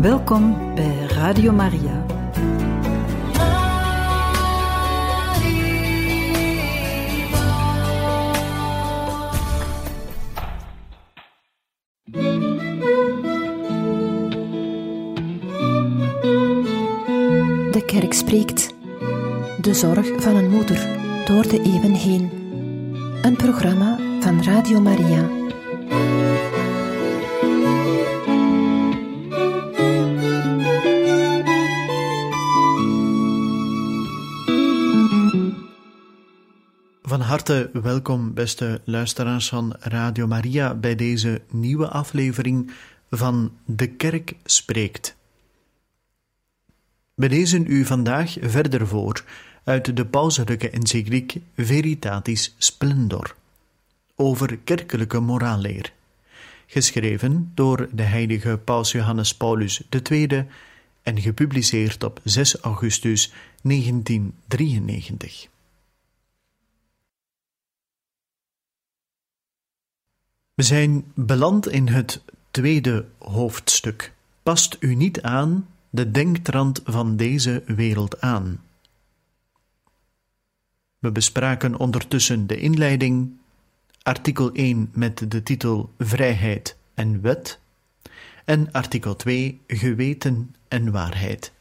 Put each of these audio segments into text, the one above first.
Welkom bij Radio Maria. De kerk spreekt. De zorg van een moeder door de eeuwen heen. Een programma van Radio Maria. Van harte welkom, beste luisteraars van Radio Maria, bij deze nieuwe aflevering van De Kerk Spreekt. We lezen u vandaag verder voor uit de pauselijke encycliek Veritatis Splendor over kerkelijke moraalleer, geschreven door de heilige Paus Johannes Paulus II en gepubliceerd op 6 augustus 1993. We zijn beland in het tweede hoofdstuk. Past u niet aan de denktrand van deze wereld aan. We bespraken ondertussen de inleiding, artikel 1 met de titel Vrijheid en Wet en artikel 2 Geweten en Waarheid.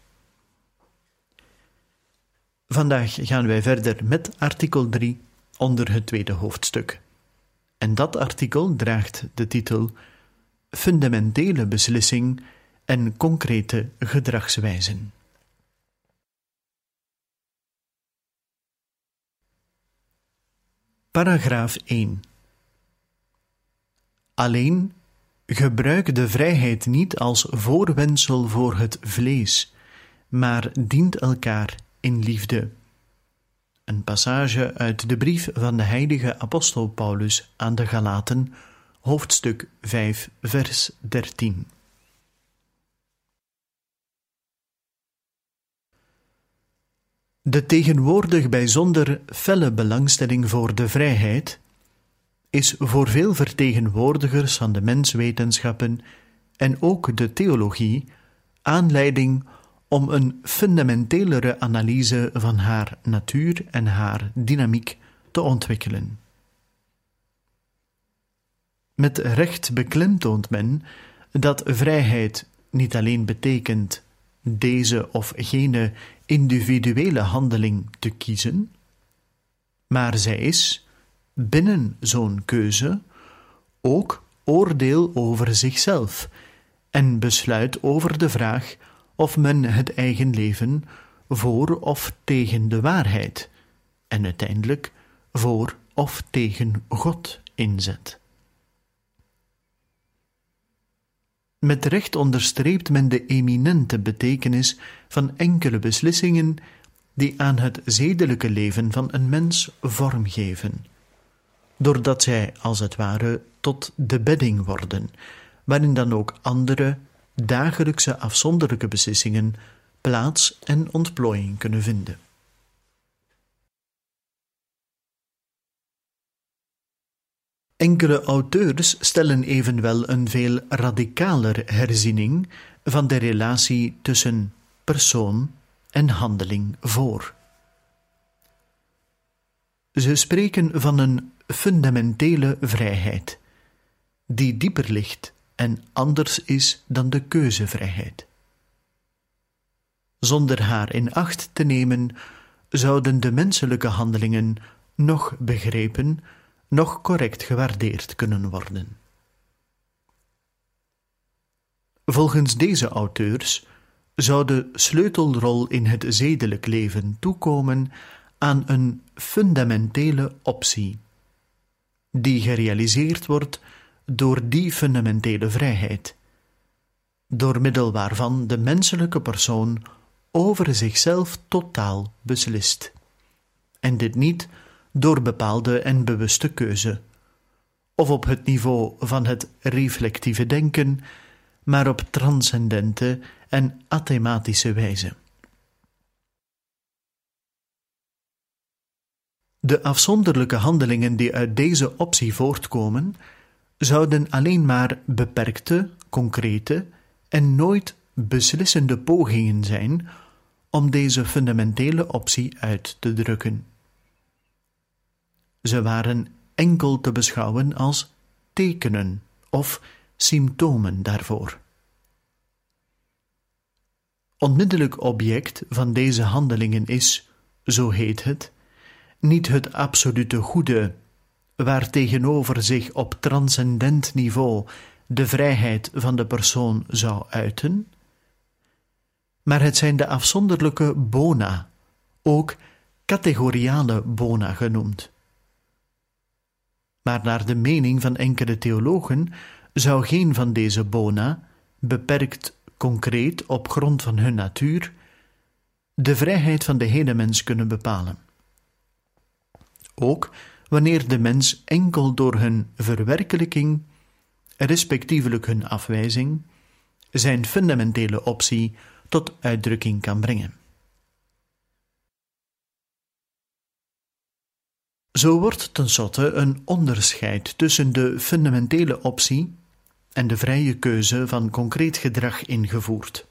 Vandaag gaan wij verder met artikel 3 onder het tweede hoofdstuk. En dat artikel draagt de titel Fundamentele beslissing en concrete gedragswijzen. Paragraaf 1. Alleen gebruik de vrijheid niet als voorwendsel voor het vlees, maar dient elkaar in liefde. Een passage uit de brief van de heilige apostel Paulus aan de Galaten, hoofdstuk 5, vers 13. De tegenwoordig bijzonder felle belangstelling voor de vrijheid is voor veel vertegenwoordigers van de menswetenschappen en ook de theologie aanleiding om een fundamentelere analyse van haar natuur en haar dynamiek te ontwikkelen. Met recht beklemtoont men dat vrijheid niet alleen betekent deze of gene individuele handeling te kiezen, maar zij is, binnen zo'n keuze, ook oordeel over zichzelf en besluit over de vraag of men het eigen leven voor of tegen de waarheid en uiteindelijk voor of tegen God inzet. Met recht onderstreept men de eminente betekenis van enkele beslissingen die aan het zedelijke leven van een mens vorm geven, doordat zij als het ware tot de bedding worden, waarin dan ook andere dagelijkse afzonderlijke beslissingen plaats en ontplooiing kunnen vinden. Enkele auteurs stellen evenwel een veel radicaler herziening van de relatie tussen persoon en handeling voor. Ze spreken van een fundamentele vrijheid, die dieper ligt en anders is dan de keuzevrijheid. Zonder haar in acht te nemen, zouden de menselijke handelingen nog begrepen, nog correct gewaardeerd kunnen worden. Volgens deze auteurs zou de sleutelrol in het zedelijk leven toekomen aan een fundamentele optie, die gerealiseerd wordt door die fundamentele vrijheid, door middel waarvan de menselijke persoon over zichzelf totaal beslist, en dit niet door bepaalde en bewuste keuze, of op het niveau van het reflectieve denken, maar op transcendente en athematische wijze. De afzonderlijke handelingen die uit deze optie voortkomen, zouden alleen maar beperkte, concrete en nooit beslissende pogingen zijn om deze fundamentele optie uit te drukken. Ze waren enkel te beschouwen als tekenen of symptomen daarvoor. Onmiddellijk object van deze handelingen is, zo heet het, niet het absolute goede, waartegenover zich op transcendent niveau de vrijheid van de persoon zou uiten, maar het zijn de afzonderlijke bona, ook categoriale bona genoemd. Maar naar de mening van enkele theologen zou geen van deze bona, beperkt concreet op grond van hun natuur, de vrijheid van de hele mens kunnen bepalen. Ook wanneer de mens enkel door hun verwerkelijking, respectievelijk hun afwijzing, zijn fundamentele optie tot uitdrukking kan brengen. Zo wordt tenslotte een onderscheid tussen de fundamentele optie en de vrije keuze van concreet gedrag ingevoerd.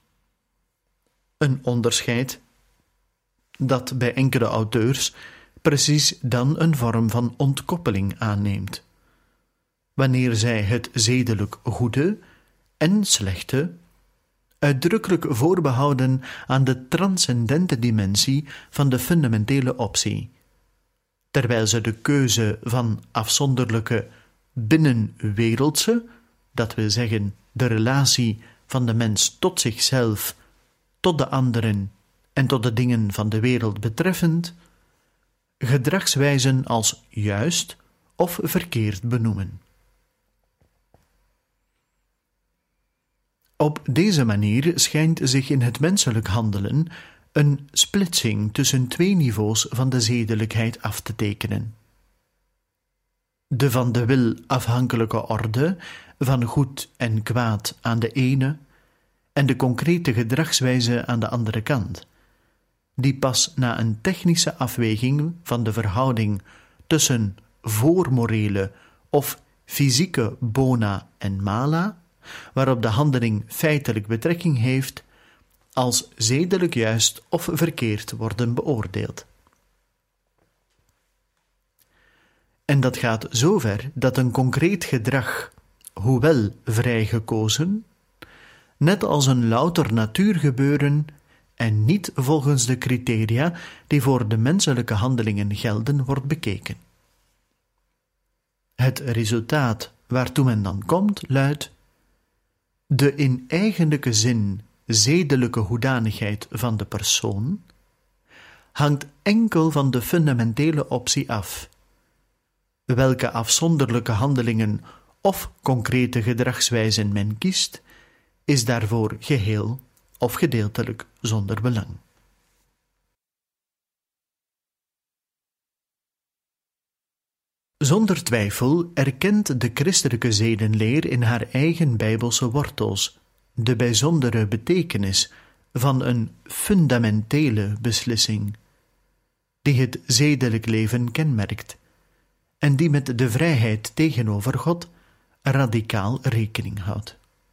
Een onderscheid dat bij enkele auteurs precies dan een vorm van ontkoppeling aanneemt, wanneer zij het zedelijk goede en slechte uitdrukkelijk voorbehouden aan de transcendente dimensie van de fundamentele optie, terwijl ze de keuze van afzonderlijke binnenwereldse, dat wil zeggen de relatie van de mens tot zichzelf, tot de anderen en tot de dingen van de wereld betreffend, gedragswijzen als juist of verkeerd benoemen. Op deze manier schijnt zich in het menselijk handelen een splitsing tussen twee niveaus van de zedelijkheid af te tekenen. De van de wil afhankelijke orde van goed en kwaad aan de ene en de concrete gedragswijze aan de andere kant, die pas na een technische afweging van de verhouding tussen voormorele of fysieke bona en mala, waarop de handeling feitelijk betrekking heeft, als zedelijk juist of verkeerd worden beoordeeld. En dat gaat zover dat een concreet gedrag, hoewel vrij gekozen, net als een louter natuurgebeuren en niet volgens de criteria die voor de menselijke handelingen gelden, wordt bekeken. Het resultaat waartoe men dan komt, luidt: de in eigenlijke zin zedelijke hoedanigheid van de persoon hangt enkel van de fundamentele optie af. Welke afzonderlijke handelingen of concrete gedragswijzen men kiest, is daarvoor geheel of gedeeltelijk zonder belang. Zonder twijfel erkent de christelijke zedenleer in haar eigen bijbelse wortels de bijzondere betekenis van een fundamentele beslissing, die het zedelijk leven kenmerkt en die met de vrijheid tegenover God radicaal rekening houdt.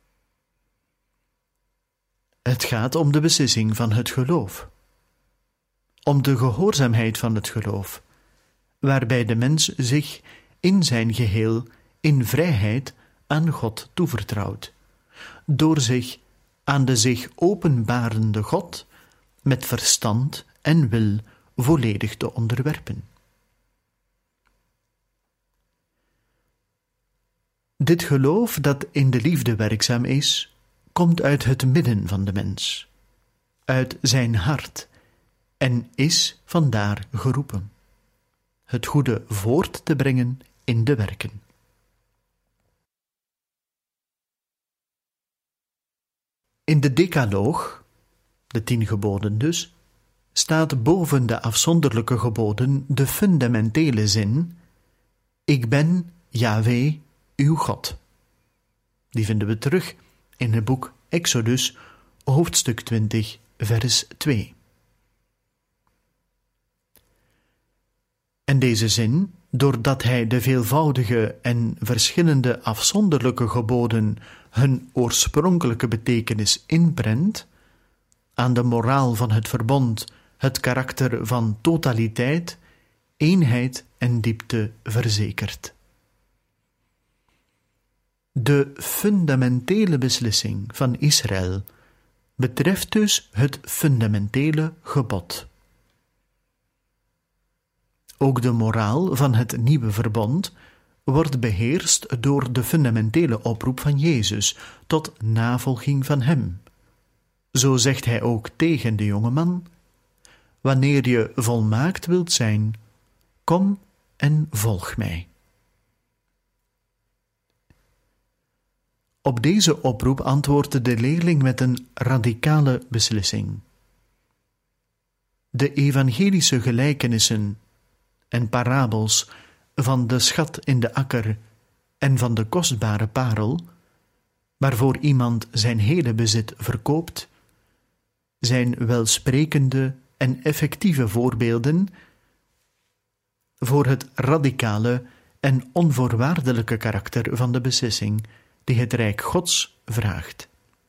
Het gaat om de beslissing van het geloof, om de gehoorzaamheid van het geloof, waarbij de mens zich in zijn geheel in vrijheid aan God toevertrouwt, door zich aan de zich openbarende God met verstand en wil volledig te onderwerpen. Dit geloof dat in de liefde werkzaam is, komt uit het midden van de mens, uit zijn hart, en is vandaar geroepen het goede voort te brengen in de werken. In de Decaloog, de 10 geboden dus, staat boven de afzonderlijke geboden de fundamentele zin: ik ben Yahweh, uw God. Die vinden we terug in het boek Exodus, hoofdstuk 20, vers 2. En deze zin, doordat hij de veelvoudige en verschillende afzonderlijke geboden hun oorspronkelijke betekenis inprent, aan de moraal van het verbond het karakter van totaliteit, eenheid en diepte verzekert. De fundamentele beslissing van Israël betreft dus het fundamentele gebod. Ook de moraal van het nieuwe verbond wordt beheerst door de fundamentele oproep van Jezus tot navolging van hem. Zo zegt hij ook tegen de jongeman: wanneer je volmaakt wilt zijn, kom en volg mij. Op deze oproep antwoordde de leerling met een radicale beslissing. De evangelische gelijkenissen en parabels van de schat in de akker en van de kostbare parel, waarvoor iemand zijn hele bezit verkoopt, zijn welsprekende en effectieve voorbeelden voor het radicale en onvoorwaardelijke karakter van de beslissing die het Rijk Gods vraagt.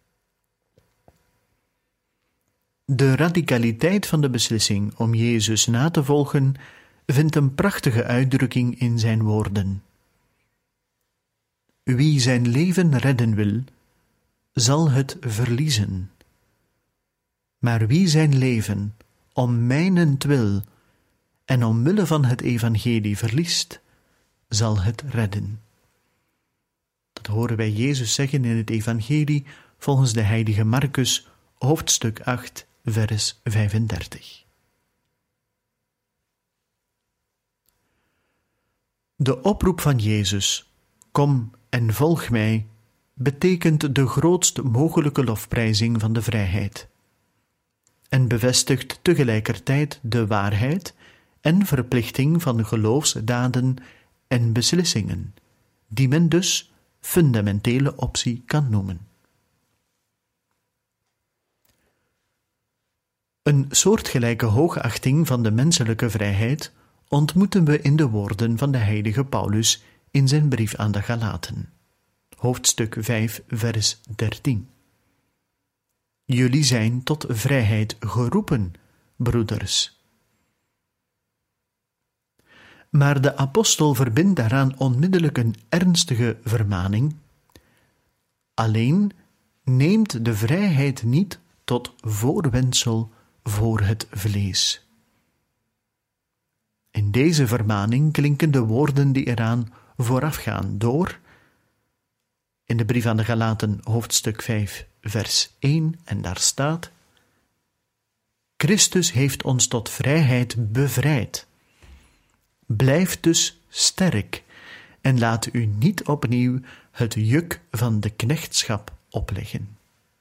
De radicaliteit van de beslissing om Jezus na te volgen vindt een prachtige uitdrukking in zijn woorden. Wie zijn leven redden wil, zal het verliezen. Maar wie zijn leven om mijnentwil en omwille van het evangelie verliest, zal het redden. Dat horen wij Jezus zeggen in het evangelie volgens de heilige Marcus, hoofdstuk 8, vers 35. De oproep van Jezus, kom en volg mij, betekent de grootst mogelijke lofprijzing van de vrijheid en bevestigt tegelijkertijd de waarheid en verplichting van geloofsdaden en beslissingen, die men dus fundamentele optie kan noemen. Een soortgelijke hoogachting van de menselijke vrijheid ontmoeten we in de woorden van de heilige Paulus in zijn brief aan de Galaten, hoofdstuk 5, vers 13. Jullie zijn tot vrijheid geroepen, broeders. Maar de apostel verbindt daaraan onmiddellijk een ernstige vermaning. Alleen neemt de vrijheid niet tot voorwendsel voor het vlees. In deze vermaning klinken de woorden die eraan voorafgaan door, in de brief aan de Galaten, hoofdstuk 5, vers 1, en daar staat: Christus heeft ons tot vrijheid bevrijd. Blijf dus sterk en laat u niet opnieuw het juk van de knechtschap opleggen.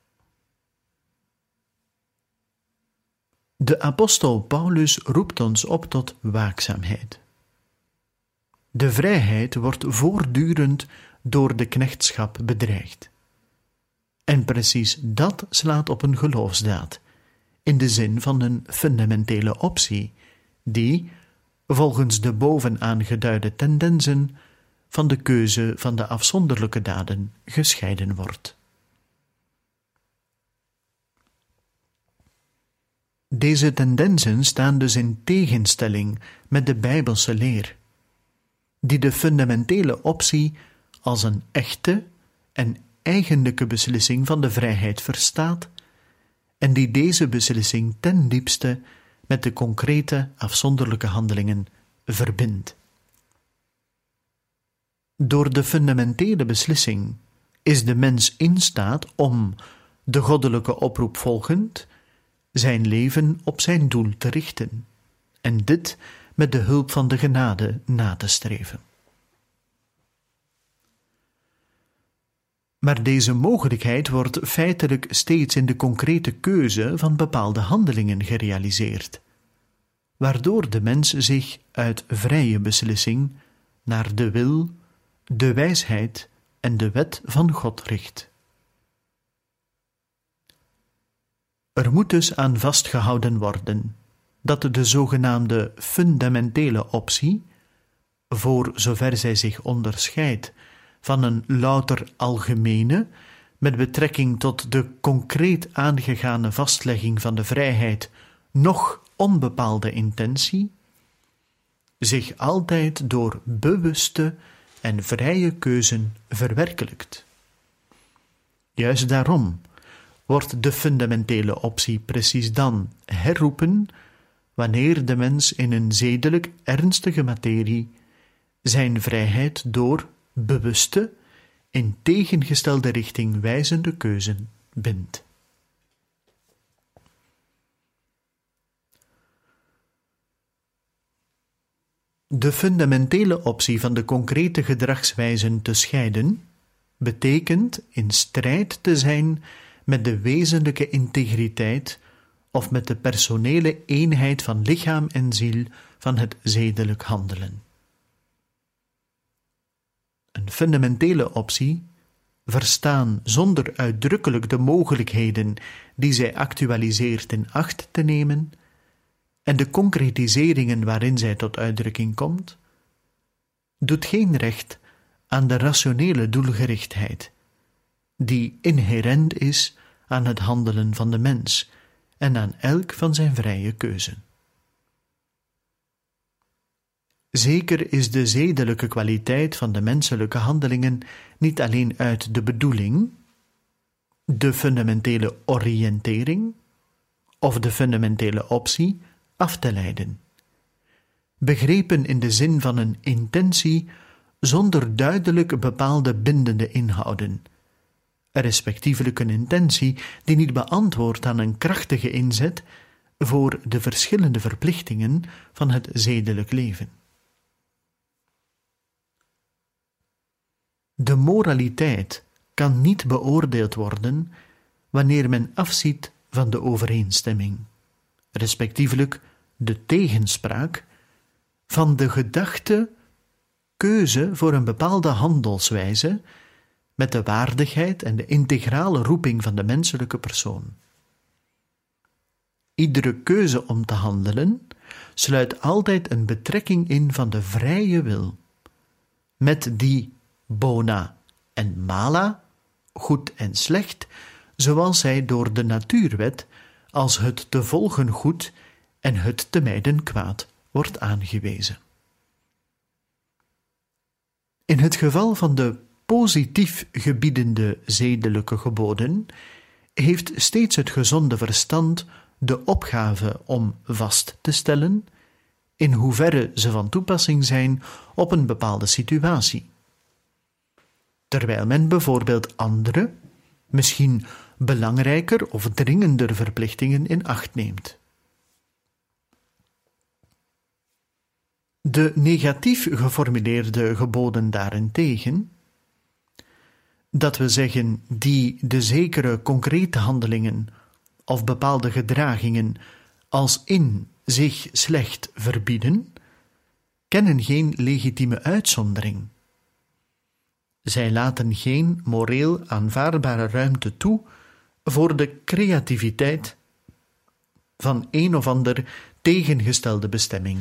De apostel Paulus roept ons op tot waakzaamheid. De vrijheid wordt voortdurend door de knechtschap bedreigd. En precies dat slaat op een geloofsdaad, in de zin van een fundamentele optie, die, volgens de boven aangeduide tendensen, van de keuze van de afzonderlijke daden gescheiden wordt. Deze tendensen staan dus in tegenstelling met de Bijbelse leer, die de fundamentele optie als een echte en eigenlijke beslissing van de vrijheid verstaat en die deze beslissing ten diepste met de concrete afzonderlijke handelingen verbindt. Door de fundamentele beslissing is de mens in staat om, de goddelijke oproep volgend, zijn leven op zijn doel te richten, en dit met de hulp van de genade na te streven. Maar deze mogelijkheid wordt feitelijk steeds in de concrete keuze van bepaalde handelingen gerealiseerd, waardoor de mens zich uit vrije beslissing naar de wil, de wijsheid en de wet van God richt. Er moet dus aan vastgehouden worden dat de zogenaamde fundamentele optie voor zover zij zich onderscheidt van een louter algemene, met betrekking tot de concreet aangegane vastlegging van de vrijheid, nog onbepaalde intentie, zich altijd door bewuste en vrije keuzen verwerkelijkt. Juist daarom wordt de fundamentele optie precies dan herroepen wanneer de mens in een zedelijk ernstige materie zijn vrijheid door bewuste, in tegengestelde richting wijzende keuzen bindt. De fundamentele optie van de concrete gedragswijzen te scheiden, betekent in strijd te zijn met de wezenlijke integriteit of met de personele eenheid van lichaam en ziel van het zedelijk handelen. Een fundamentele optie, verstaan zonder uitdrukkelijk de mogelijkheden die zij actualiseert in acht te nemen en de concretiseringen waarin zij tot uitdrukking komt, doet geen recht aan de rationele doelgerichtheid, die inherent is aan het handelen van de mens en aan elk van zijn vrije keuze. Zeker is de zedelijke kwaliteit van de menselijke handelingen niet alleen uit de bedoeling, de fundamentele oriëntering of de fundamentele optie af te leiden. Begrepen in de zin van een intentie zonder duidelijk bepaalde bindende inhouden, respectievelijk een intentie die niet beantwoordt aan een krachtige inzet voor de verschillende verplichtingen van het zedelijk leven. De moraliteit kan niet beoordeeld worden wanneer men afziet van de overeenstemming, respectievelijk de tegenspraak van de gedachte keuze voor een bepaalde handelswijze met de waardigheid en de integrale roeping van de menselijke persoon. Iedere keuze om te handelen sluit altijd een betrekking in van de vrije wil, met die bona en mala, goed en slecht, zoals zij door de natuurwet als het te volgen goed en het te mijden kwaad wordt aangewezen. In het geval van de positief gebiedende zedelijke geboden heeft steeds het gezonde verstand de opgave om vast te stellen in hoeverre ze van toepassing zijn op een bepaalde situatie, terwijl men bijvoorbeeld andere, misschien belangrijker of dringender verplichtingen in acht neemt. De negatief geformuleerde geboden daarentegen, dat we zeggen die de zekere concrete handelingen of bepaalde gedragingen als in zich slecht verbieden, kennen geen legitieme uitzondering. Zij laten geen moreel aanvaardbare ruimte toe voor de creativiteit van een of ander tegengestelde bestemming.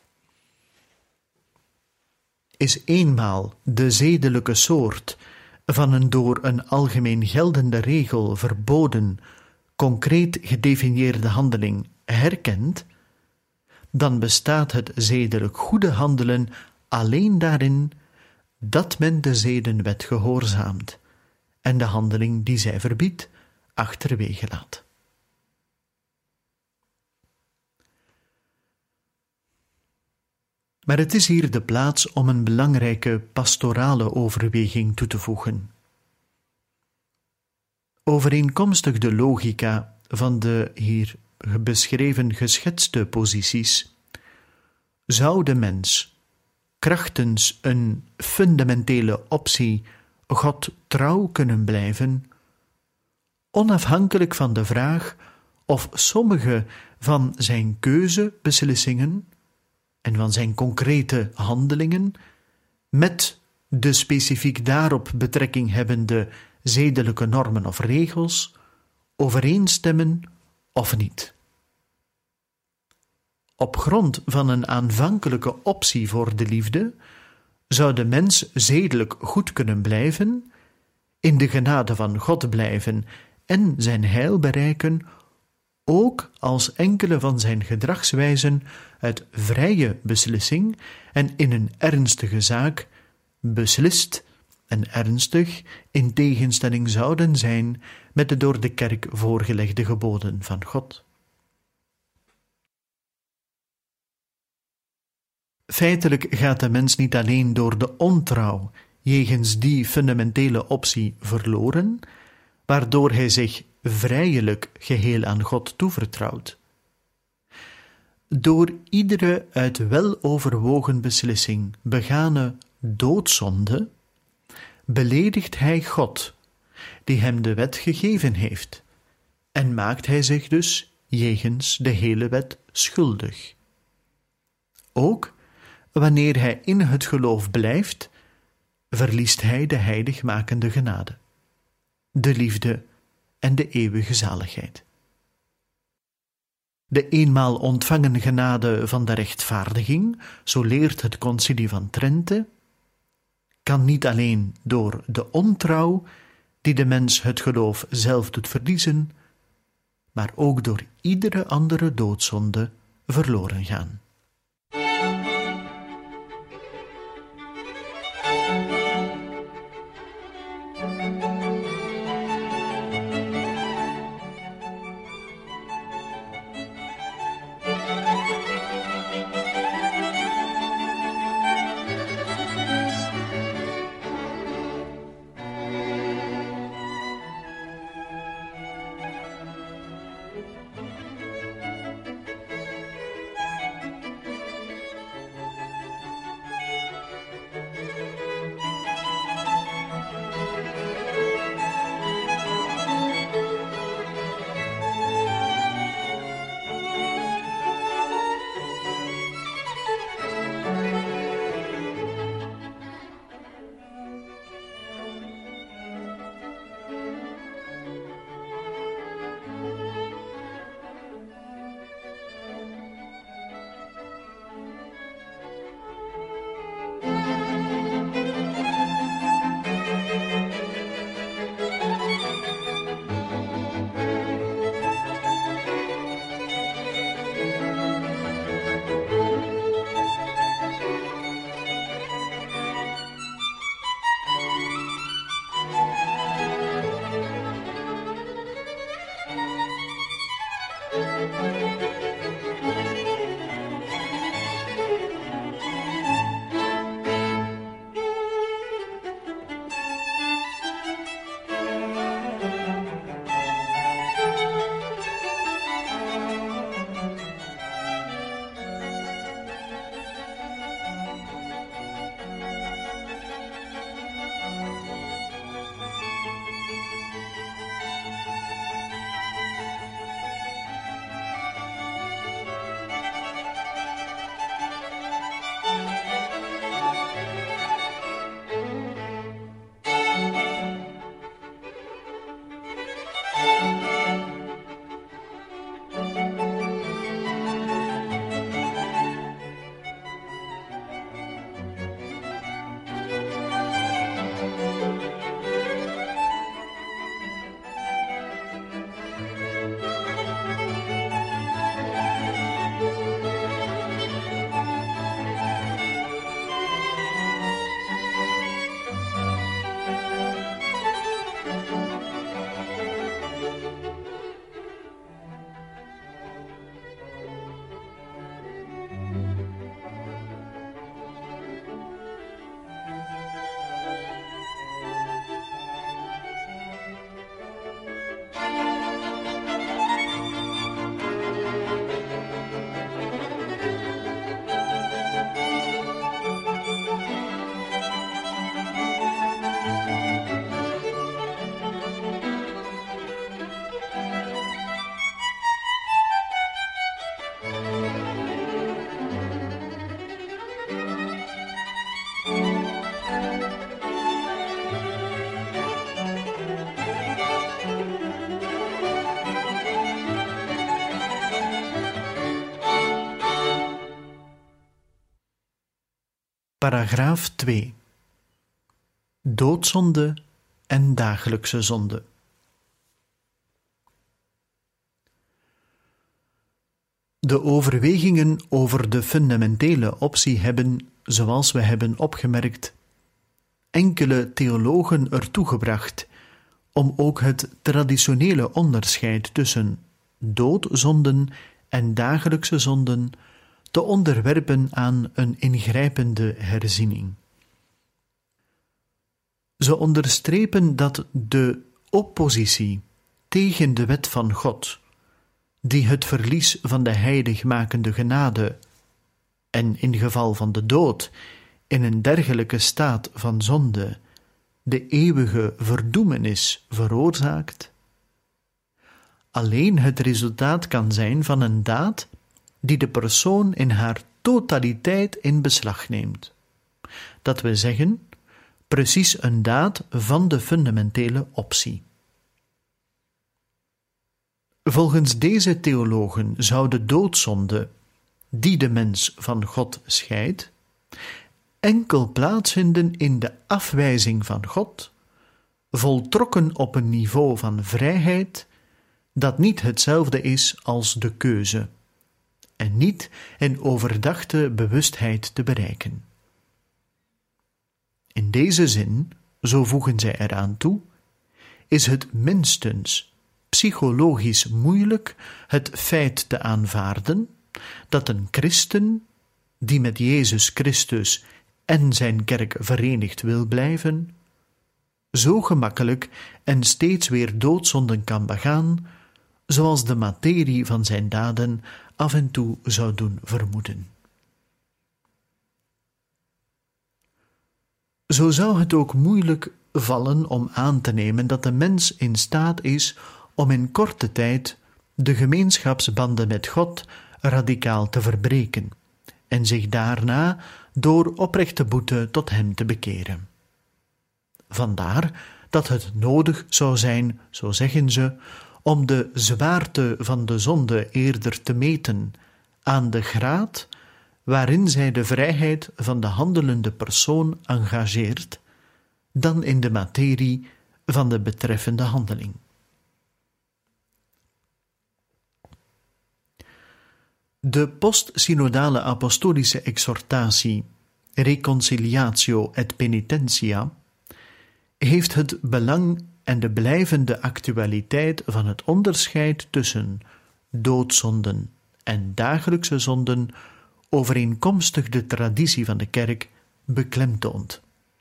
Is eenmaal de zedelijke soort van een door een algemeen geldende regel verboden, concreet gedefinieerde handeling herkend, dan bestaat het zedelijk goede handelen alleen daarin dat men de zedenwet gehoorzaamt en de handeling die zij verbiedt achterwege laat. Maar het is hier de plaats om een belangrijke pastorale overweging toe te voegen. Overeenkomstig de logica van de hier beschreven geschetste posities, zou de mens krachtens een fundamentele optie God trouw kunnen blijven, onafhankelijk van de vraag of sommige van zijn keuzebeslissingen en van zijn concrete handelingen met de specifiek daarop betrekking hebbende zedelijke normen of regels overeenstemmen of niet. Op grond van een aanvankelijke optie voor de liefde zou de mens zedelijk goed kunnen blijven, in de genade van God blijven en zijn heil bereiken, ook als enkele van zijn gedragswijzen uit vrije beslissing en in een ernstige zaak beslist en ernstig in tegenstelling zouden zijn met de door de kerk voorgelegde geboden van God. Feitelijk gaat de mens niet alleen door de ontrouw jegens die fundamentele optie verloren, waardoor hij zich vrijelijk geheel aan God toevertrouwt. Door iedere uit weloverwogen beslissing begane doodzonde beledigt hij God, die hem de wet gegeven heeft, en maakt hij zich dus jegens de hele wet schuldig. Ook wanneer hij in het geloof blijft, verliest hij de heiligmakende genade, de liefde en de eeuwige zaligheid. De eenmaal ontvangen genade van de rechtvaardiging, zo leert het Concilie van Trente, kan niet alleen door de ontrouw, die de mens het geloof zelf doet verliezen, maar ook door iedere andere doodzonde verloren gaan. Paragraaf 2. Doodzonde en dagelijkse zonde. De overwegingen over de fundamentele optie hebben, zoals we hebben opgemerkt, enkele theologen ertoe gebracht om ook het traditionele onderscheid tussen doodzonden en dagelijkse zonden te onderwerpen aan een ingrijpende herziening. Ze onderstrepen dat de oppositie tegen de wet van God, die het verlies van de heiligmakende genade en in geval van de dood in een dergelijke staat van zonde de eeuwige verdoemenis veroorzaakt, alleen het resultaat kan zijn van een daad die de persoon in haar totaliteit in beslag neemt. Dat we zeggen, precies een daad van de fundamentele optie. Volgens deze theologen zou de doodzonde, die de mens van God scheidt, enkel plaatsvinden in de afwijzing van God, voltrokken op een niveau van vrijheid dat niet hetzelfde is als de keuze, en niet in overdachte bewustheid te bereiken. In deze zin, zo voegen zij eraan toe, is het minstens psychologisch moeilijk het feit te aanvaarden dat een christen, die met Jezus Christus en zijn kerk verenigd wil blijven, zo gemakkelijk en steeds weer doodzonden kan begaan, zoals de materie van zijn daden af en toe zou doen vermoeden. Zo zou het ook moeilijk vallen om aan te nemen dat de mens in staat is om in korte tijd de gemeenschapsbanden met God radicaal te verbreken en zich daarna door oprechte boete tot hem te bekeren. Vandaar dat het nodig zou zijn, zo zeggen ze, om de zwaarte van de zonde eerder te meten aan de graad waarin zij de vrijheid van de handelende persoon engageert, dan in de materie van de betreffende handeling. De postsynodale apostolische exhortatie Reconciliatio et Penitentia heeft het belang en de blijvende actualiteit van het onderscheid tussen doodzonden en dagelijkse zonden overeenkomstig de traditie van de kerk beklemtoond.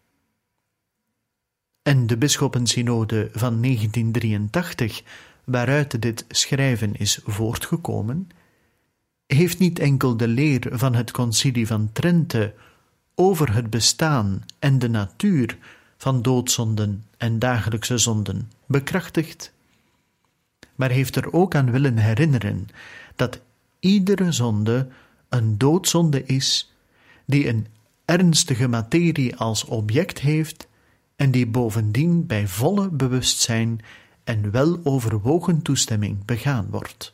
En de bisschoppensynode van 1983, waaruit dit schrijven is voortgekomen, heeft niet enkel de leer van het concilie van Trente over het bestaan en de natuur van doodzonden en dagelijkse zonden bekrachtigd, maar heeft er ook aan willen herinneren dat iedere zonde een doodzonde is die een ernstige materie als object heeft en die bovendien bij volle bewustzijn en weloverwogen toestemming begaan wordt.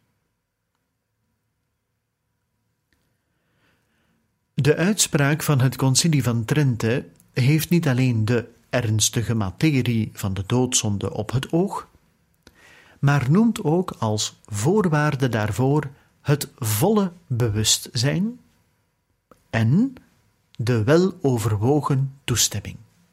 De uitspraak van het concilie van Trente heeft niet alleen de ernstige materie van de doodzonde op het oog, maar noemt ook als voorwaarde daarvoor het volle bewustzijn en de weloverwogen toestemming.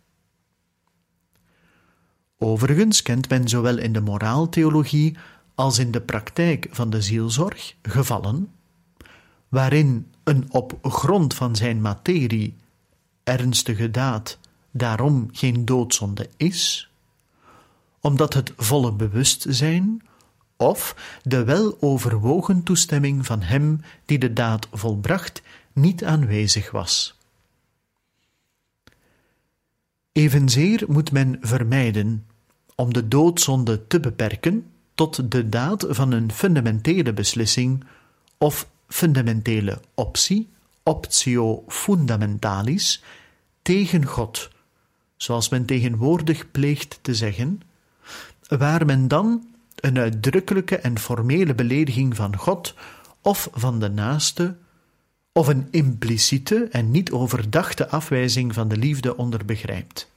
Overigens kent men zowel in de moraaltheologie als in de praktijk van de zielzorg gevallen waarin een op grond van zijn materie ernstige daad daarom geen doodzonde is, omdat het volle bewustzijn of de weloverwogen toestemming van hem die de daad volbracht niet aanwezig was. Evenzeer moet men vermijden om de doodzonde te beperken tot de daad van een fundamentele beslissing of fundamentele optie, optio fundamentalis, tegen God, zoals men tegenwoordig pleegt te zeggen, waar men dan een uitdrukkelijke en formele belediging van God of van de naaste, of een impliciete en niet overdachte afwijzing van de liefde onder begrijpt.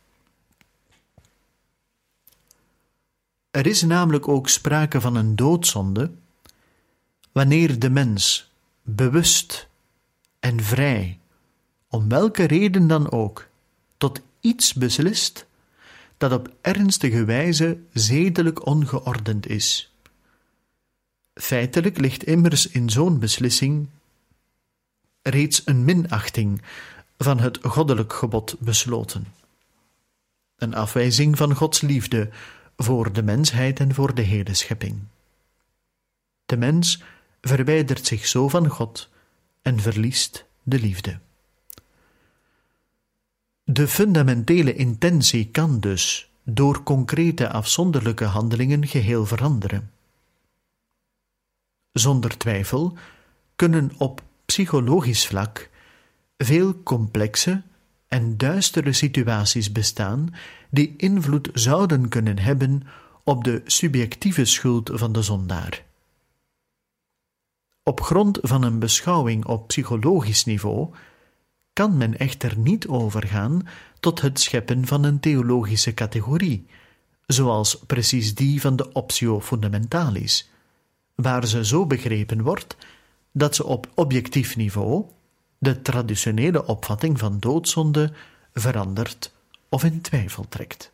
Er is namelijk ook sprake van een doodzonde wanneer de mens bewust en vrij, om welke reden dan ook, tot iets beslist dat op ernstige wijze zedelijk ongeordend is. Feitelijk ligt immers in zo'n beslissing reeds een minachting van het goddelijk gebod besloten. Een afwijzing van Gods liefde voor de mensheid en voor de hele schepping. De mens verwijdert zich zo van God en verliest de liefde. De fundamentele intentie kan dus door concrete afzonderlijke handelingen geheel veranderen. Zonder twijfel kunnen op psychologisch vlak veel complexe en duistere situaties bestaan die invloed zouden kunnen hebben op de subjectieve schuld van de zondaar. Op grond van een beschouwing op psychologisch niveau kan men echter niet overgaan tot het scheppen van een theologische categorie, zoals precies die van de optio fundamentalis, waar ze zo begrepen wordt dat ze op objectief niveau de traditionele opvatting van doodzonde verandert of in twijfel trekt.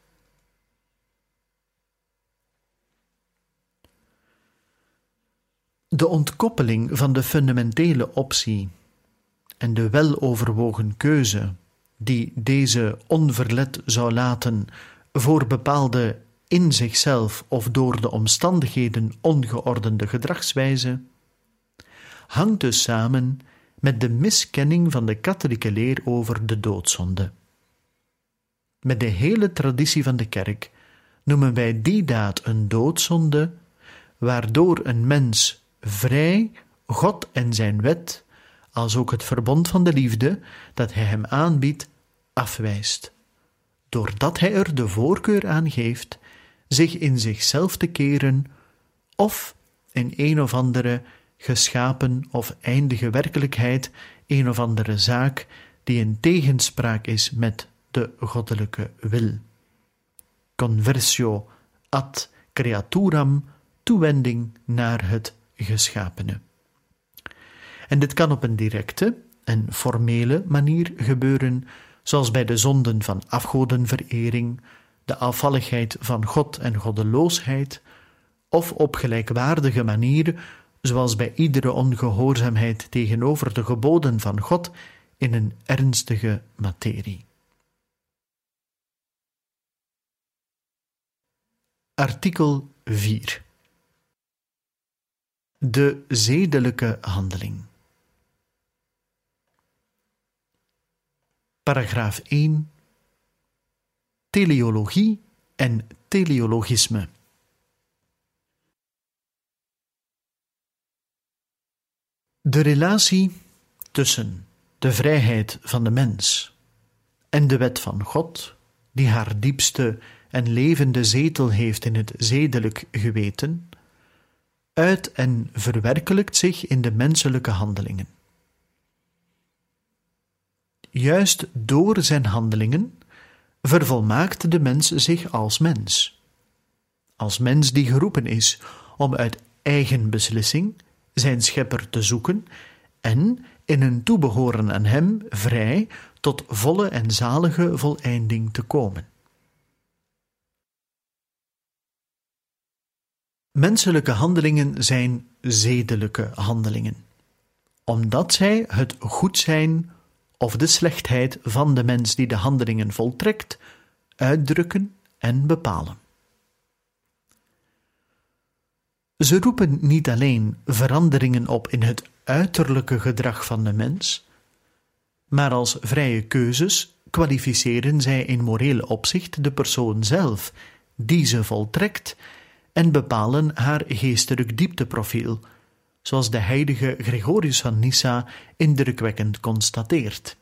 De ontkoppeling van de fundamentele optie en de weloverwogen keuze die deze onverlet zou laten voor bepaalde in zichzelf of door de omstandigheden ongeordende gedragswijze, hangt dus samen met de miskenning van de katholieke leer over de doodzonde. Met de hele traditie van de kerk noemen wij die daad een doodzonde, waardoor een mens vrij God en zijn wet, als ook het verbond van de liefde dat hij hem aanbiedt, afwijst, doordat hij er de voorkeur aan geeft zich in zichzelf te keren of in een of andere geschapen of eindige werkelijkheid, een of andere zaak die in tegenspraak is met de goddelijke wil. Conversio ad creaturam, toewending naar het geschapene. En dit kan op een directe en formele manier gebeuren, zoals bij de zonden van afgodenverering, de afvalligheid van God en goddeloosheid, of op gelijkwaardige manier, zoals bij iedere ongehoorzaamheid tegenover de geboden van God in een ernstige materie. Artikel 4. De zedelijke handeling. Paragraaf 1. Teleologie en teleologisme. De relatie tussen de vrijheid van de mens en de wet van God, die haar diepste en levende zetel heeft in het zedelijk geweten, uit en verwerkelijkt zich in de menselijke handelingen. Juist door zijn handelingen vervolmaakt de mens zich als mens die geroepen is om uit eigen beslissing zijn schepper te zoeken en in een toebehoren aan hem vrij tot volle en zalige voleinding te komen. Menselijke handelingen zijn zedelijke handelingen, omdat zij het goed zijn of de slechtheid van de mens die de handelingen voltrekt, uitdrukken en bepalen. Ze roepen niet alleen veranderingen op in het uiterlijke gedrag van de mens, maar als vrije keuzes kwalificeren zij in moreel opzicht de persoon zelf die ze voltrekt en bepalen haar geestelijk diepteprofiel, zoals de heilige Gregorius van Nyssa indrukwekkend constateert.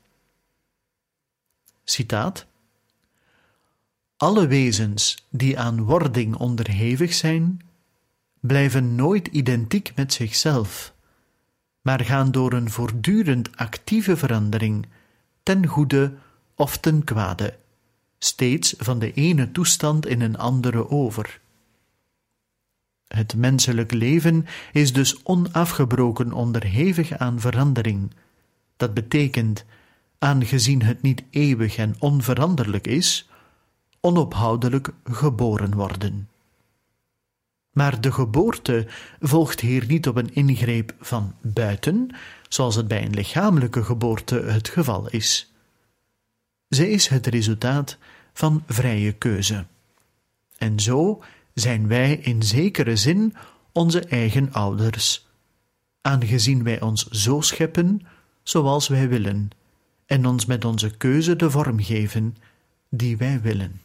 Citaat: alle wezens die aan wording onderhevig zijn, blijven nooit identiek met zichzelf, maar gaan door een voortdurend actieve verandering ten goede of ten kwade, steeds van de ene toestand in een andere over. Het menselijk leven is dus onafgebroken onderhevig aan verandering. Dat betekent, aangezien het niet eeuwig en onveranderlijk is, onophoudelijk geboren worden. Maar de geboorte volgt hier niet op een ingreep van buiten, zoals het bij een lichamelijke geboorte het geval is. Zij is het resultaat van vrije keuze. En zo zijn wij in zekere zin onze eigen ouders, aangezien wij ons zo scheppen zoals wij willen en ons met onze keuze de vorm geven die wij willen.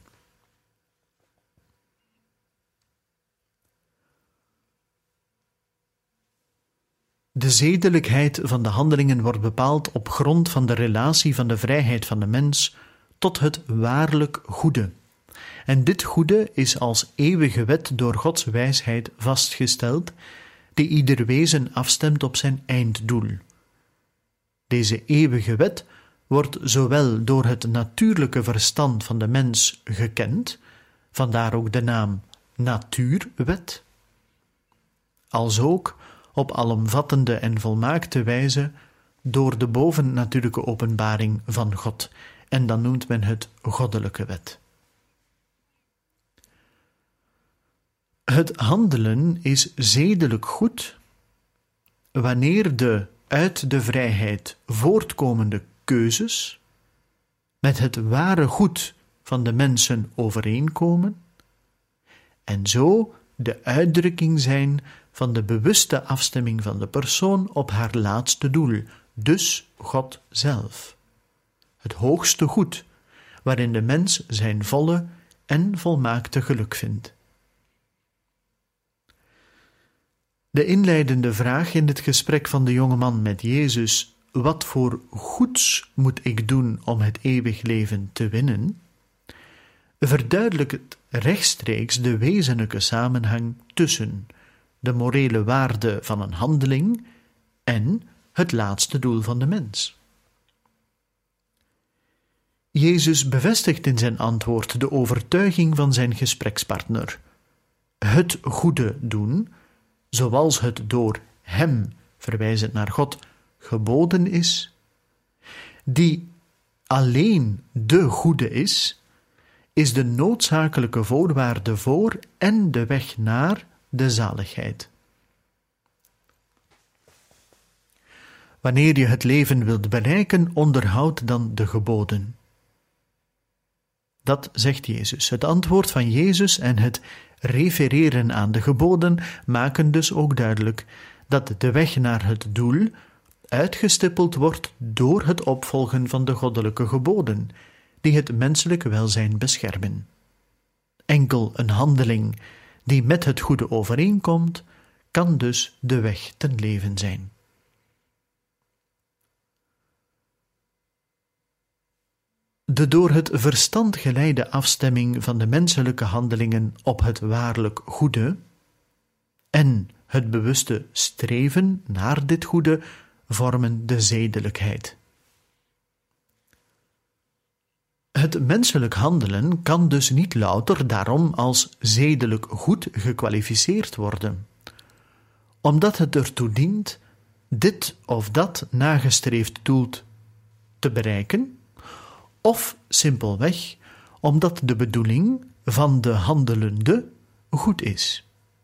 De zedelijkheid van de handelingen wordt bepaald op grond van de relatie van de vrijheid van de mens tot het waarlijk goede. En dit goede is als eeuwige wet door Gods wijsheid vastgesteld, die ieder wezen afstemt op zijn einddoel. Deze eeuwige wet wordt zowel door het natuurlijke verstand van de mens gekend, vandaar ook de naam natuurwet, als ook op alomvattende en volmaakte wijze door de bovennatuurlijke openbaring van God, en dan noemt men het goddelijke wet. Het handelen is zedelijk goed wanneer de uit de vrijheid voortkomende keuzes met het ware goed van de mensen overeenkomen en zo de uitdrukking zijn van de bewuste afstemming van de persoon op haar laatste doel, dus God zelf. Het hoogste goed, waarin de mens zijn volle en volmaakte geluk vindt. De inleidende vraag in het gesprek van de jonge man met Jezus, wat voor goeds moet ik doen om het eeuwig leven te winnen, verduidelijkt rechtstreeks de wezenlijke samenhang tussen de morele waarde van een handeling en het laatste doel van de mens. Jezus bevestigt in zijn antwoord de overtuiging van zijn gesprekspartner. Het goede doen, zoals het door hem, verwijzend naar God, geboden is, die alleen de goede is de noodzakelijke voorwaarde voor en de weg naar de zaligheid. Wanneer je het leven wilt bereiken, onderhoud dan de geboden. Dat zegt Jezus. Het antwoord van Jezus en het refereren aan de geboden maken dus ook duidelijk dat de weg naar het doel uitgestippeld wordt door het opvolgen van de goddelijke geboden, die het menselijk welzijn beschermen. Enkel een handeling die met het goede overeenkomt, kan dus de weg ten leven zijn. De door het verstand geleide afstemming van de menselijke handelingen op het waarlijk goede en het bewuste streven naar dit goede vormen de zedelijkheid. Het menselijk handelen kan dus niet louter daarom als zedelijk goed gekwalificeerd worden, omdat het ertoe dient dit of dat nagestreefd doel te bereiken, of simpelweg omdat de bedoeling van de handelende goed is.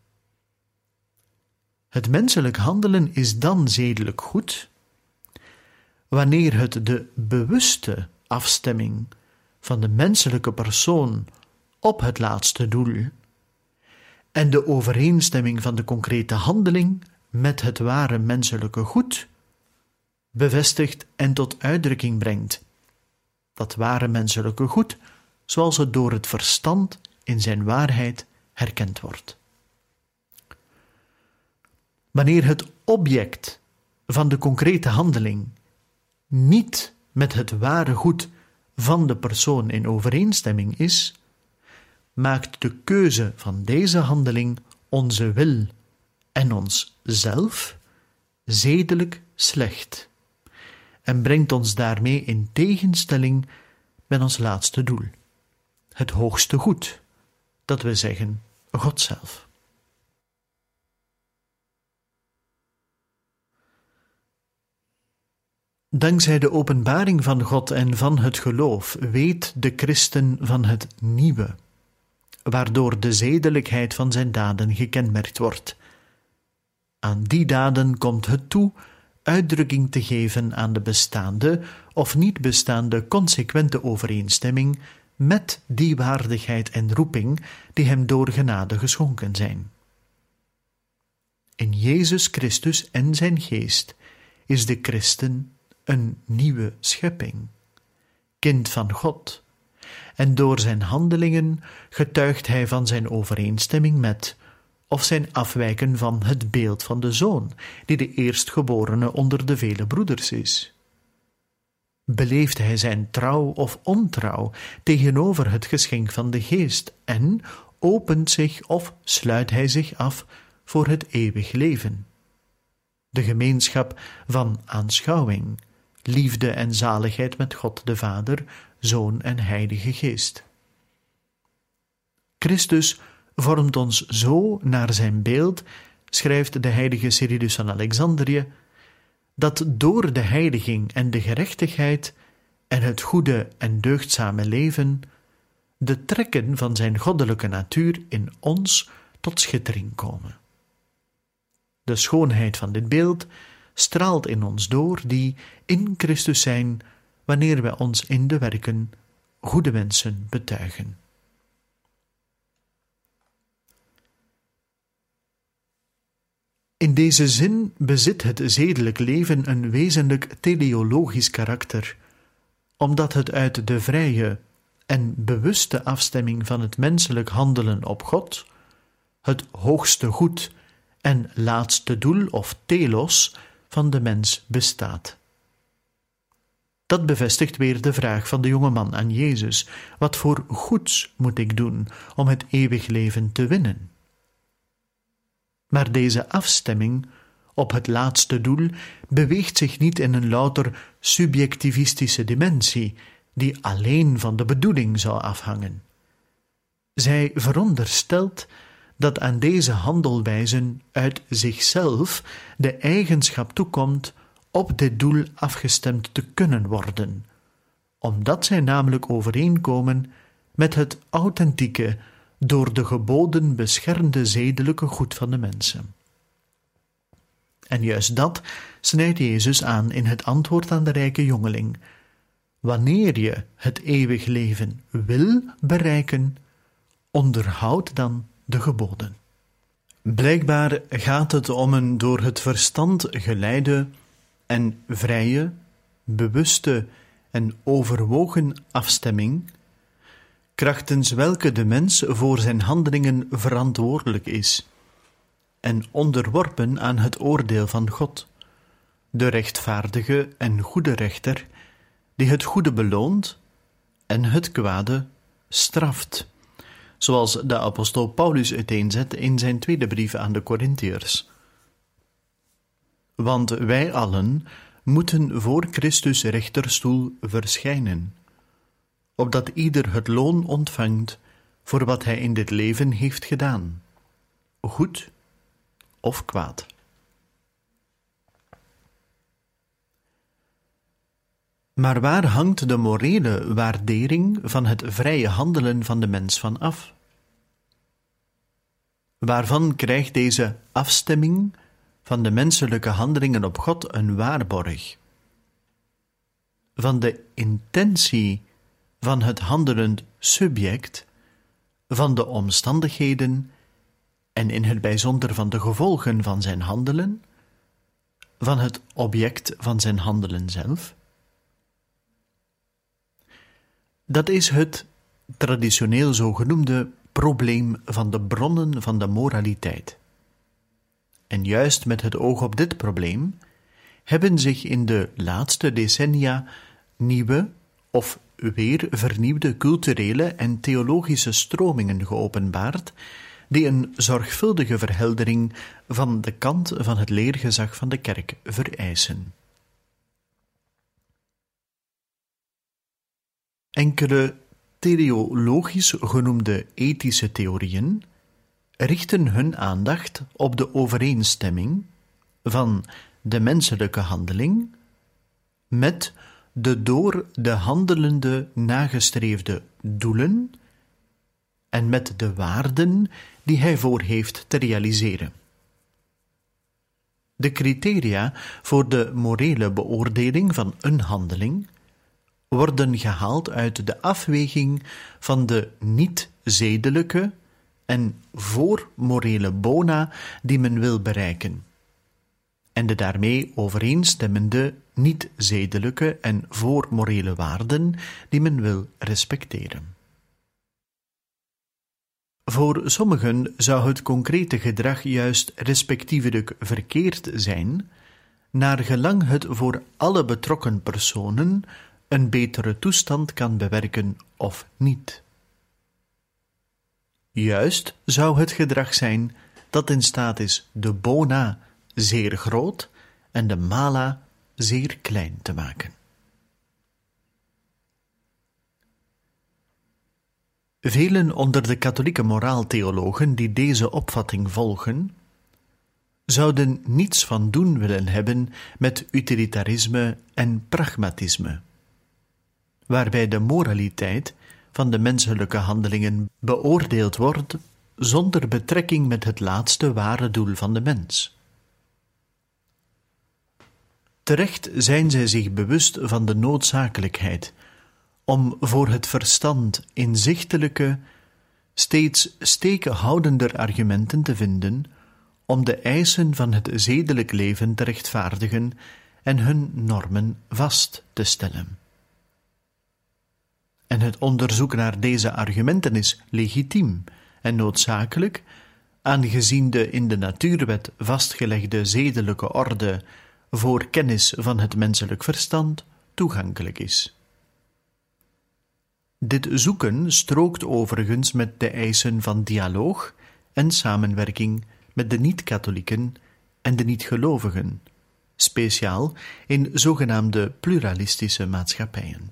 Het menselijk handelen is dan zedelijk goed wanneer het de bewuste afstemming van de menselijke persoon op het laatste doel en de overeenstemming van de concrete handeling met het ware menselijke goed bevestigt en tot uitdrukking brengt. Dat ware menselijke goed, zoals het door het verstand in zijn waarheid herkend wordt. Wanneer het object van de concrete handeling niet met het ware goed van de persoon in overeenstemming is, maakt de keuze van deze handeling onze wil en ons zelf zedelijk slecht en brengt ons daarmee in tegenstelling met ons laatste doel, het hoogste goed, dat we zeggen God zelf. Dankzij de openbaring van God en van het geloof weet de christen van het nieuwe, waardoor de zedelijkheid van zijn daden gekenmerkt wordt. Aan die daden komt het toe uitdrukking te geven aan de bestaande of niet bestaande consequente overeenstemming met die waardigheid en roeping die hem door genade geschonken zijn. In Jezus Christus en zijn geest is de christen een nieuwe schepping, kind van God, en door zijn handelingen getuigt hij van zijn overeenstemming met of zijn afwijken van het beeld van de Zoon, die de eerstgeborene onder de vele broeders is. Beleeft hij zijn trouw of ontrouw tegenover het geschenk van de Geest en opent zich of sluit hij zich af voor het eeuwig leven, de gemeenschap van aanschouwing, liefde en zaligheid met God de Vader, Zoon en Heilige Geest. Christus vormt ons zo naar zijn beeld, schrijft de heilige Cyrillus van Alexandrië, dat door de heiliging en de gerechtigheid en het goede en deugdzame leven de trekken van zijn goddelijke natuur in ons tot schittering komen. De schoonheid van dit beeld straalt in ons door, die in Christus zijn, wanneer wij ons in de werken goede wensen betuigen. In deze zin bezit het zedelijk leven een wezenlijk teleologisch karakter, omdat het uit de vrije en bewuste afstemming van het menselijk handelen op God, het hoogste goed en laatste doel of telos van de mens bestaat. Dat bevestigt weer de vraag van de jonge man aan Jezus: wat voor goeds moet ik doen om het eeuwig leven te winnen? Maar deze afstemming op het laatste doel beweegt zich niet in een louter subjectivistische dimensie, die alleen van de bedoeling zou afhangen. Zij veronderstelt dat aan deze handelwijzen uit zichzelf de eigenschap toekomt op dit doel afgestemd te kunnen worden, omdat zij namelijk overeenkomen met het authentieke, door de geboden beschermde zedelijke goed van de mensen. En juist dat snijdt Jezus aan in het antwoord aan de rijke jongeling: wanneer je het eeuwig leven wil bereiken, onderhoud dan de geboden. Blijkbaar gaat het om een door het verstand geleide en vrije, bewuste en overwogen afstemming, krachtens welke de mens voor zijn handelingen verantwoordelijk is en onderworpen aan het oordeel van God, de rechtvaardige en goede rechter, die het goede beloont en het kwade straft, zoals de apostel Paulus uiteenzet in zijn tweede brief aan de Korintiërs. Want wij allen moeten voor Christus rechterstoel verschijnen, opdat ieder het loon ontvangt voor wat hij in dit leven heeft gedaan, goed of kwaad. Maar waar hangt de morele waardering van het vrije handelen van de mens van af? Waarvan krijgt deze afstemming van de menselijke handelingen op God een waarborg? Van de intentie van het handelend subject, van de omstandigheden en in het bijzonder van de gevolgen van zijn handelen, van het object van zijn handelen zelf? Dat is het traditioneel zogenoemde probleem van de bronnen van de moraliteit. En juist met het oog op dit probleem hebben zich in de laatste decennia nieuwe of weer vernieuwde culturele en theologische stromingen geopenbaard, die een zorgvuldige verheldering van de kant van het leergezag van de kerk vereisen. Enkele teleologisch genoemde ethische theorieën richten hun aandacht op de overeenstemming van de menselijke handeling met de door de handelende nagestreefde doelen en met de waarden die hij voor heeft te realiseren. De criteria voor de morele beoordeling van een handeling worden gehaald uit de afweging van de niet-zedelijke en voormorele bona die men wil bereiken, en de daarmee overeenstemmende niet-zedelijke en voormorele waarden die men wil respecteren. Voor sommigen zou het concrete gedrag juist respectievelijk verkeerd zijn, naar gelang het voor alle betrokken personen een betere toestand kan bewerken of niet. Juist zou het gedrag zijn dat in staat is de bona zeer groot en de mala zeer klein te maken. Velen onder de katholieke moraaltheologen die deze opvatting volgen, zouden niets van doen willen hebben met utilitarisme en pragmatisme, waarbij de moraliteit van de menselijke handelingen beoordeeld wordt zonder betrekking met het laatste ware doel van de mens. Terecht zijn zij zich bewust van de noodzakelijkheid om voor het verstand inzichtelijke, steeds steekhoudender argumenten te vinden om de eisen van het zedelijk leven te rechtvaardigen en hun normen vast te stellen. En het onderzoek naar deze argumenten is legitiem en noodzakelijk, aangezien de in de natuurwet vastgelegde zedelijke orde voor kennis van het menselijk verstand toegankelijk is. Dit zoeken strookt overigens met de eisen van dialoog en samenwerking met de niet-katholieken en de niet-gelovigen, speciaal in zogenaamde pluralistische maatschappijen.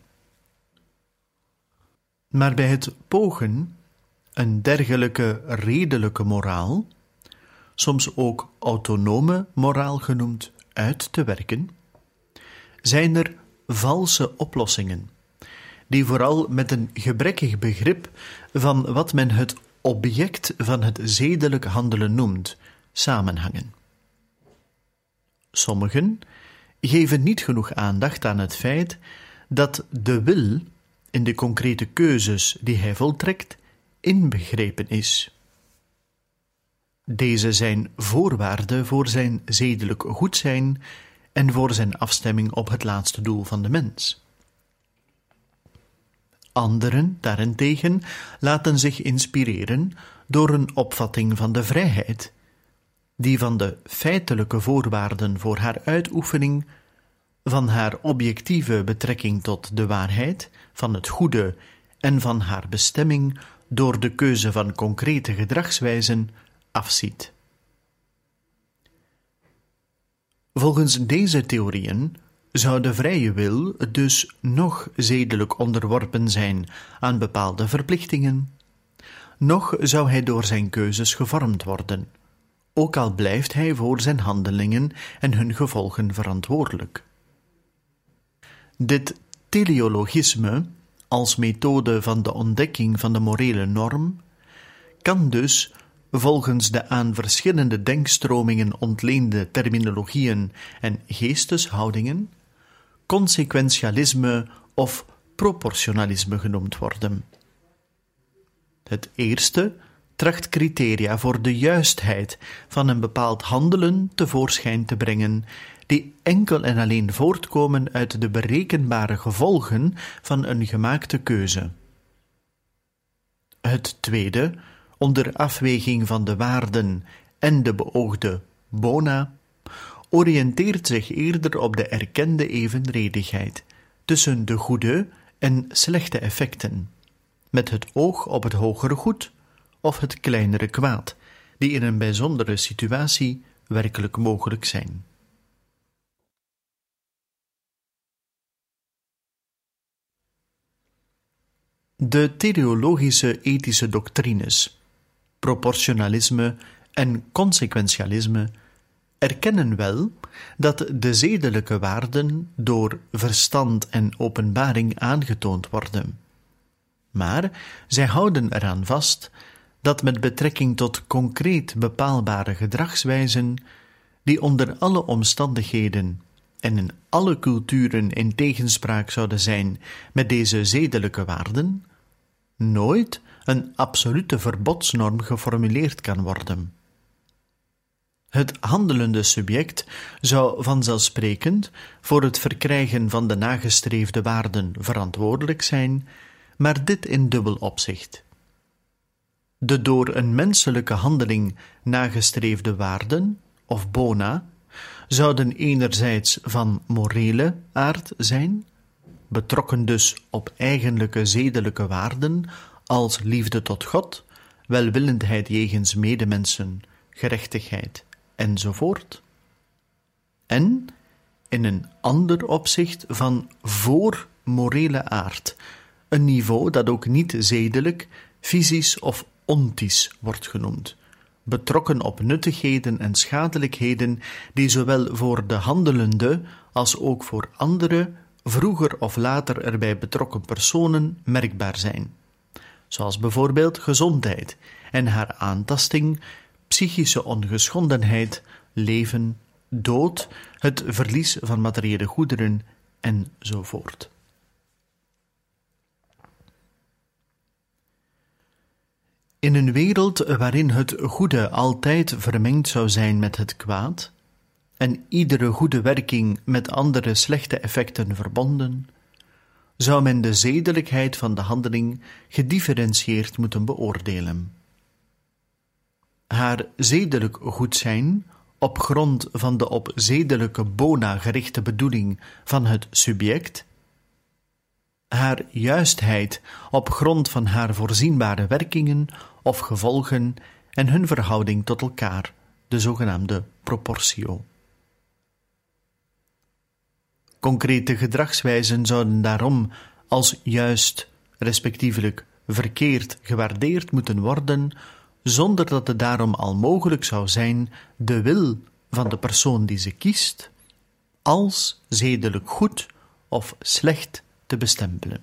Maar bij het pogen een dergelijke redelijke moraal, soms ook autonome moraal genoemd, uit te werken, zijn er valse oplossingen, die vooral met een gebrekkig begrip van wat men het object van het zedelijk handelen noemt, samenhangen. Sommigen geven niet genoeg aandacht aan het feit dat de wil in de concrete keuzes die hij voltrekt inbegrepen is. Deze zijn voorwaarden voor zijn zedelijk goed zijn en voor zijn afstemming op het laatste doel van de mens. Anderen, daarentegen, laten zich inspireren door een opvatting van de vrijheid, die van de feitelijke voorwaarden voor haar uitoefening, van haar objectieve betrekking tot de waarheid, van het goede en van haar bestemming door de keuze van concrete gedragswijzen afziet. Volgens deze theorieën zou de vrije wil dus nog zedelijk onderworpen zijn aan bepaalde verplichtingen, noch zou hij door zijn keuzes gevormd worden, ook al blijft hij voor zijn handelingen en hun gevolgen verantwoordelijk. Dit teleologisme, als methode van de ontdekking van de morele norm, kan dus, volgens de aan verschillende denkstromingen ontleende terminologieën en geesteshoudingen, consequentialisme of proportionalisme genoemd worden. Het eerste tracht criteria voor de juistheid van een bepaald handelen tevoorschijn te brengen, die enkel en alleen voortkomen uit de berekenbare gevolgen van een gemaakte keuze. Het tweede, onder afweging van de waarden en de beoogde bona, oriënteert zich eerder op de erkende evenredigheid tussen de goede en slechte effecten, met het oog op het hogere goed of het kleinere kwaad, die in een bijzondere situatie werkelijk mogelijk zijn. De teleologische ethische doctrines, proportionalisme en consequentialisme erkennen wel dat de zedelijke waarden door verstand en openbaring aangetoond worden. Maar zij houden eraan vast dat met betrekking tot concreet bepaalbare gedragswijzen, die onder alle omstandigheden en in alle culturen in tegenspraak zouden zijn met deze zedelijke waarden, nooit een absolute verbodsnorm geformuleerd kan worden. Het handelende subject zou vanzelfsprekend voor het verkrijgen van de nagestreefde waarden verantwoordelijk zijn, maar dit in dubbel opzicht. De door een menselijke handeling nagestreefde waarden, of bona, zouden enerzijds van morele aard zijn, betrokken dus op eigenlijke zedelijke waarden als liefde tot God, welwillendheid jegens medemensen, gerechtigheid enzovoort, en in een ander opzicht van voormorele aard, een niveau dat ook niet zedelijk, fysisch of ontisch wordt genoemd, betrokken op nuttigheden en schadelijkheden die zowel voor de handelende als ook voor andere, vroeger of later erbij betrokken personen merkbaar zijn, zoals bijvoorbeeld gezondheid en haar aantasting, psychische ongeschondenheid, leven, dood, het verlies van materiële goederen enzovoort. In een wereld waarin het goede altijd vermengd zou zijn met het kwaad, en iedere goede werking met andere slechte effecten verbonden, zou men de zedelijkheid van de handeling gedifferentieerd moeten beoordelen. Haar zedelijk goed zijn, op grond van de op zedelijke bona gerichte bedoeling van het subject, haar juistheid op grond van haar voorzienbare werkingen of gevolgen en hun verhouding tot elkaar, de zogenaamde proportio. Concrete gedragswijzen zouden daarom als juist, respectievelijk verkeerd gewaardeerd moeten worden, zonder dat het daarom al mogelijk zou zijn de wil van de persoon die ze kiest als zedelijk goed of slecht te bestempelen.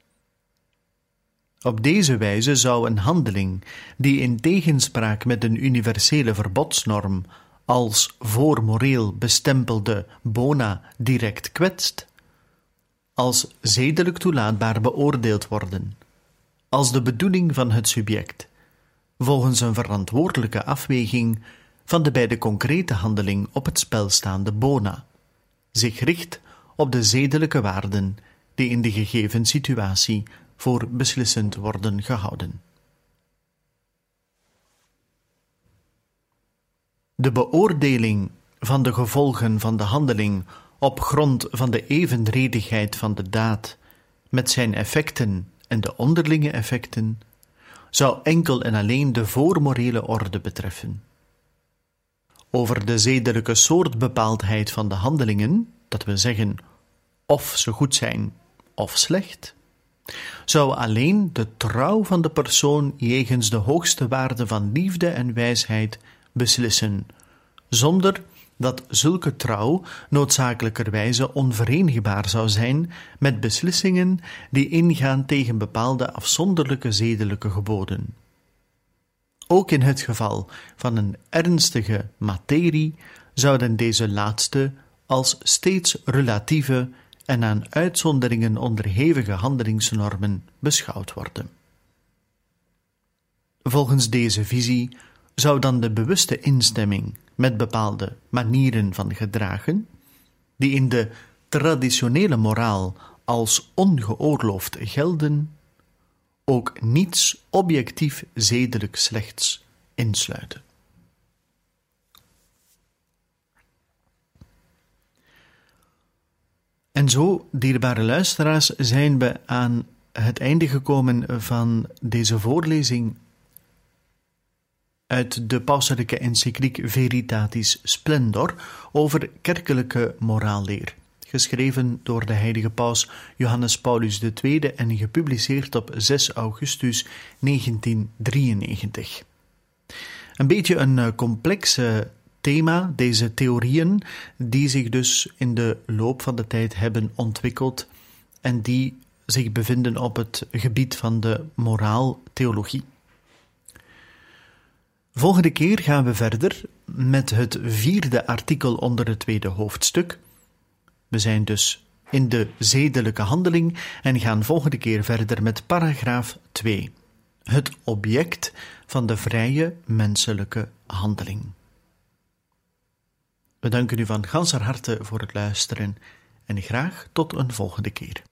Op deze wijze zou een handeling die in tegenspraak met een universele verbodsnorm als voormoreel bestempelde bona direct kwetst, als zedelijk toelaatbaar beoordeeld worden, als de bedoeling van het subject, volgens een verantwoordelijke afweging van de bij de concrete handeling op het spel staande bona, zich richt op de zedelijke waarden die in de gegeven situatie voor beslissend worden gehouden. De beoordeling van de gevolgen van de handeling op grond van de evenredigheid van de daad met zijn effecten en de onderlinge effecten zou enkel en alleen de voormorele orde betreffen. Over de zedelijke soortbepaaldheid van de handelingen, dat wil zeggen of ze goed zijn of slecht, zou alleen de trouw van de persoon jegens de hoogste waarde van liefde en wijsheid beslissen, zonder dat zulke trouw noodzakelijkerwijze onverenigbaar zou zijn met beslissingen die ingaan tegen bepaalde afzonderlijke zedelijke geboden. Ook in het geval van een ernstige materie zouden deze laatste als steeds relatieve en aan uitzonderingen onderhevige handelingsnormen beschouwd worden. Volgens deze visie zou dan de bewuste instemming met bepaalde manieren van gedragen, die in de traditionele moraal als ongeoorloofd gelden, ook niets objectief zedelijk slechts insluiten. En zo, dierbare luisteraars, zijn we aan het einde gekomen van deze voorlezing uit de pauselijke encycliek Veritatis Splendor over kerkelijke moraalleer, geschreven door de heilige paus Johannes Paulus II en gepubliceerd op 6 augustus 1993. Een beetje een complexe thema, deze theorieën, die zich dus in de loop van de tijd hebben ontwikkeld en die zich bevinden op het gebied van de moraaltheologie. Volgende keer gaan we verder met het 4e artikel onder het 2e hoofdstuk. We zijn dus in de zedelijke handeling en gaan volgende keer verder met paragraaf 2. Het object van de vrije menselijke handeling. We danken u van ganser harte voor het luisteren en graag tot een volgende keer.